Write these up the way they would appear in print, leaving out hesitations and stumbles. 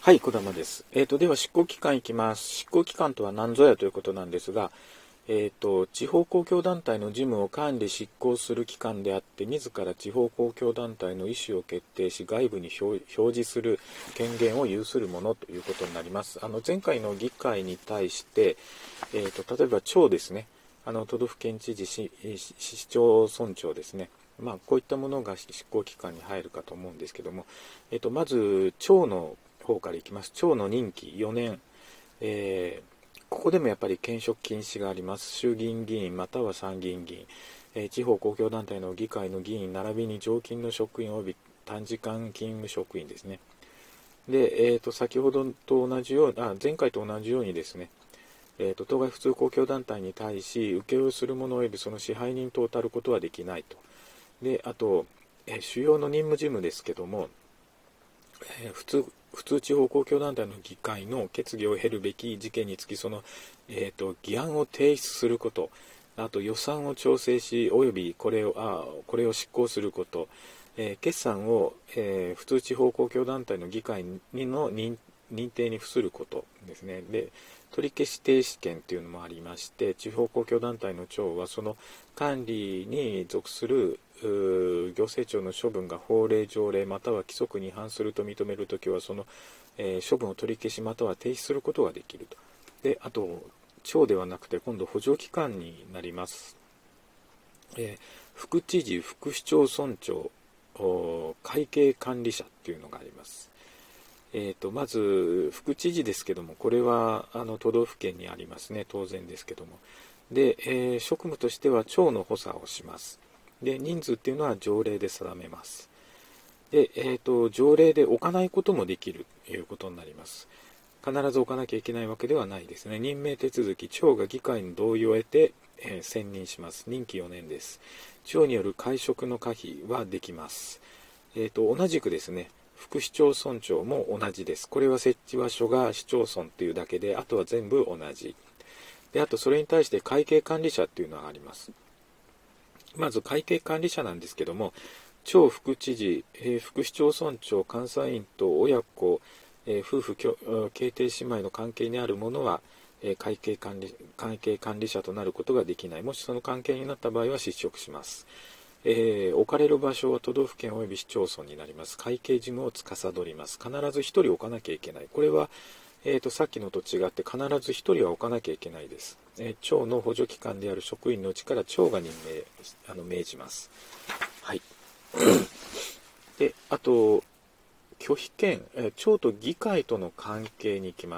はい、小玉です。では執行機関いきます。執行機関とは何ぞやということなんですが、地方公共団体の事務を管理執行する機関であって、自ら地方公共団体の意思を決定し、外部に表示する権限を有するものということになります。前回の議会に対して、例えば町ですね、都道府県知事、市町村長ですね、こういったものが執行機関に入るかと思うんですけども、まず町の方からいきます。町の任期4年、ここでもやっぱり兼職禁止があります。衆議院議員または参議院議員、地方公共団体の議会の議員並びに常勤の職員及び短時間勤務職員ですね。で、先ほどと同じよう前回と同じようにですね、当該普通公共団体に対し請負する者及びその支配人等をたることはできないと。で、あと、主要の任務事務ですけども、普通地方公共団体の議会の決議を経るべき事件につきその、議案を提出すること、あと予算を調整し及びこれを執行すること、決算を、普通地方公共団体の議会の認定に付することですね。で、取り消し停止権というのもありまして、地方公共団体の長はその管理に属する行政庁の処分が法令条例または規則に違反すると認めるときはその、処分を取り消しまたは停止することができると。で、あと庁ではなくて今度補助機関になります。副知事、副市町村長、会計管理者っていうのがあります。まず副知事ですけども、これは都道府県にありますね、当然ですけども。で、職務としては庁の補佐をします。で、人数っていうのは条例で定めます。で、条例で置かないこともできるということになります。必ず置かなきゃいけないわけではないですね。任命手続き、庁が議会の同意を得て、選任します。任期4年です。庁による会食の可否はできます。同じくですね、副市町村長も同じです。これは設置場所が市町村というだけで、あとは全部同じ。で、あとそれに対して会計管理者っていうのがあります。まず会計管理者なんですけども、町副知事、副市町村長、監査員と親子、夫婦兄弟姉妹の関係にある者は、会計管理者となることができない。もしその関係になった場合は失職します。置かれる場所は都道府県及び市町村になります。会計事務を司ります。必ず1人置かなきゃいけない。これは、さっきのと違って必ず1人は置かなきゃいけないです。町の補助機関である職員のうちから町が命じます。はい。で、あと、拒否権、町と議会との関係に行きます。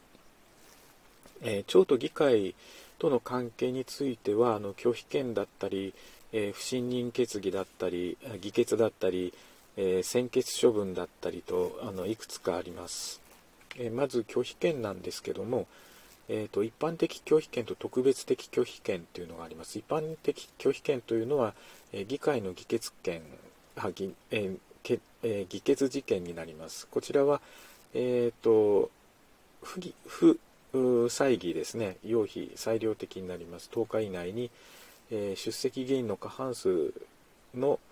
町と議会との関係については、拒否権だったり、不信任決議だったり、議決だったり、専決処分だったりと、いくつかあります。まず拒否権なんですけども、一般的拒否権と特別的拒否権というのがあります。一般的拒否権というのは、議会の議決権、議決事件になります。こちらは、歳議ですね、要否、裁量的になります。10日以内に、出席議員の過半数の、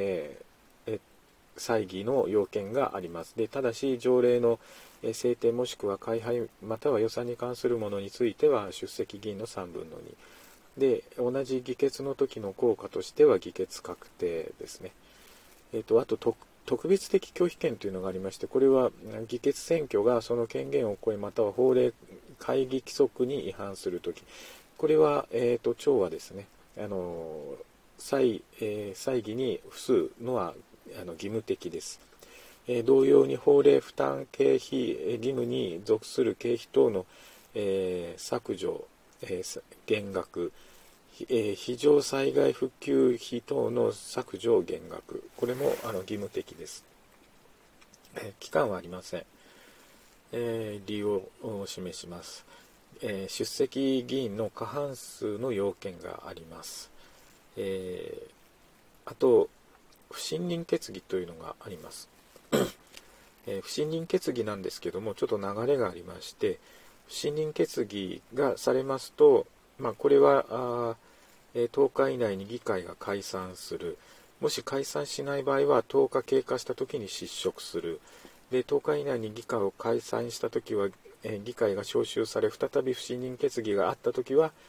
歳議の要件があります。で、ただし条例の制定もしくは改廃または予算に関するものについては出席議員の3分の2で、同じ議決の時の効果としては議決確定ですね。あと特別的拒否権というのがありまして、これは議決選挙がその権限を超えまたは法令会議規則に違反するとき、これは、町はですね、歳議に付すのは義務的です。同様に法令負担経費義務に属する経費等の、削除、減額、非常災害復旧費等の削除減額、これも義務的です。期間はありません。理由を示します。出席議員の過半数の要件があります。あと不信任決議というのがあります。不信任決議なんですけども、ちょっと流れがありまして、不信任決議がされますと、これは10日以内に議会が解散する。もし解散しない場合は10日経過した時に失職する。 で、10日以内に議会を解散したときは、議会が召集され、再び不信任決議があったときは、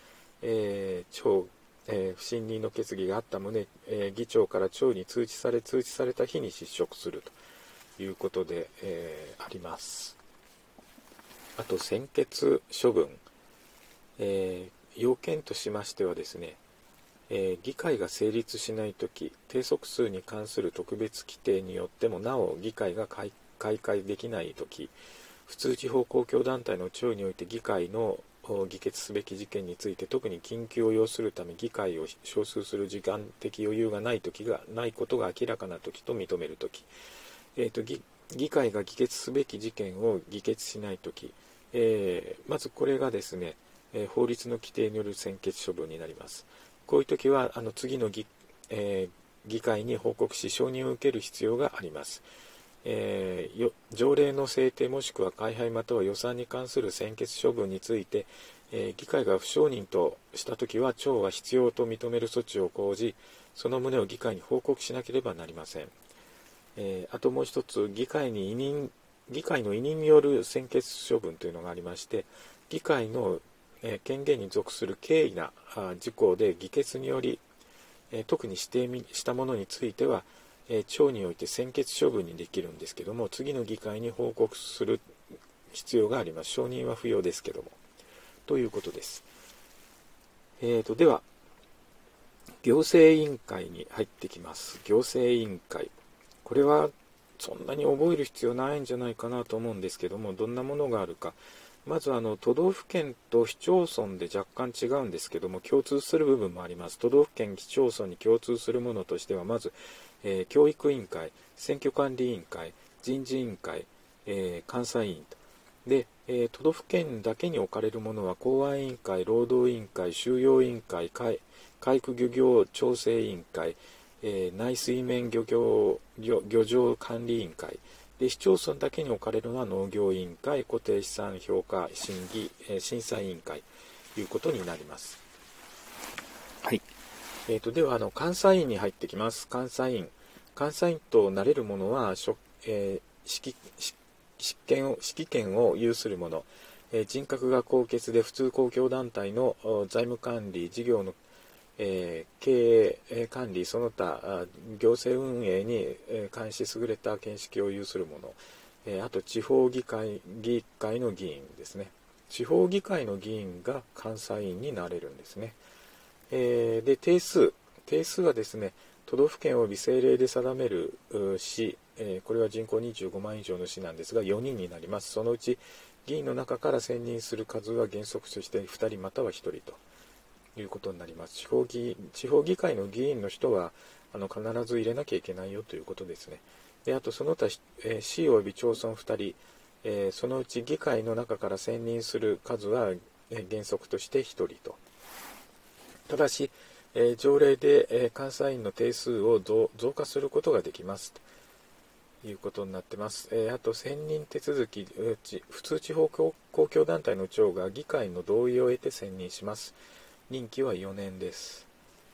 不信任の決議があった旨、議長から長に通知された日に失職するということで、あります。あと、専決処分、要件としましてはですね、議会が成立しないとき、定則数に関する特別規定によってもなお議会が開会できないとき、普通地方公共団体の長において議会の議決すべき事件について特に緊急を要するため議会を招集する時間的余裕がないことが明らかなときと認めるとき、議会が議決すべき事件を議決しないとき、まずこれがですね、法律の規定による専決処分になります。こういうときは次の議会に報告し承認を受ける必要があります。条例の制定もしくは改廃または予算に関する専決処分について、議会が不承認としたときは長は必要と認める措置を講じ、その旨を議会に報告しなければなりません。あともう一つ、議会の委任による専決処分というのがありまして、議会の権限に属する軽微な事項で議決により特に指定したものについては長において専決処分にできるんですけども、次の議会に報告する必要があります。承認は不要ですけどもということです。では行政委員会に入ってきます。行政委員会、これはそんなに覚える必要ないんじゃないかなと思うんですけども、どんなものがあるか。まず都道府県と市町村で若干違うんですけども、共通する部分もあります。都道府県市町村に共通するものとしては、まず、教育委員会、選挙管理委員会、人事委員会、監査委員と。で、都道府県だけに置かれるものは公安委員会、労働委員会、収容委員会、海区漁業調整委員会、内水面漁場管理委員会で、市町村だけに置かれるのは農業委員会、固定資産評価審査委員会ということになります。はい。では監査委員に入ってきます。監査委員となれるものは指揮権を有する者、人格が高潔で普通公共団体の財務管理、事業の経営管理その他行政運営に関し優れた見識を有する者、あと地方議会の議員ですね。地方議会の議員が監査委員になれるんですね。で定数はですね、都道府県及び政令で定める市、これは人口25万以上の市なんですが4人になります。そのうち議員の中から選任する数は原則として2人または1人ということになります。地方議会の議員の人は必ず入れなきゃいけないよということですね。であとその他、市及び町村2人、そのうち議会の中から選任する数は、原則として1人と。ただし、条例で、監査員の定数を増加することができますということになっています。あと選任手続き、普通地方公共団体の長が議会の同意を得て選任します。任期は4年です。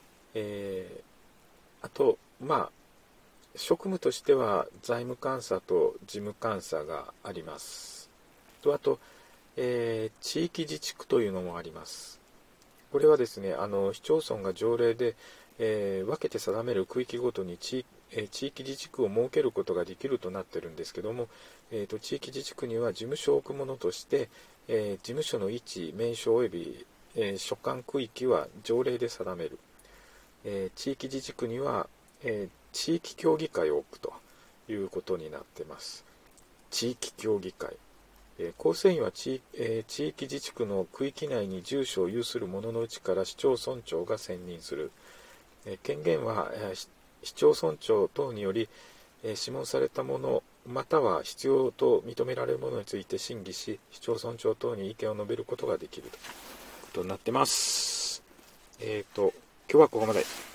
あと職務としては財務監査と事務監査があります。あと、地域自治区というのもあります。これはですね、市町村が条例で、分けて定める区域ごとに地域自治区を設けることができるとなっているんですけども、地域自治区には事務所を置くものとして、事務所の位置、名称及び所管区域は条例で定める。地域自治区には、地域協議会を置くということになっています。地域協議会。構成員は地域自治区の区域内に住所を有する者のうちから市町村長が選任する。権限は、市町村長等により、諮問されたものまたは必要と認められるものについて審議し、市町村長等に意見を述べることができるということになっています。今日はここまで。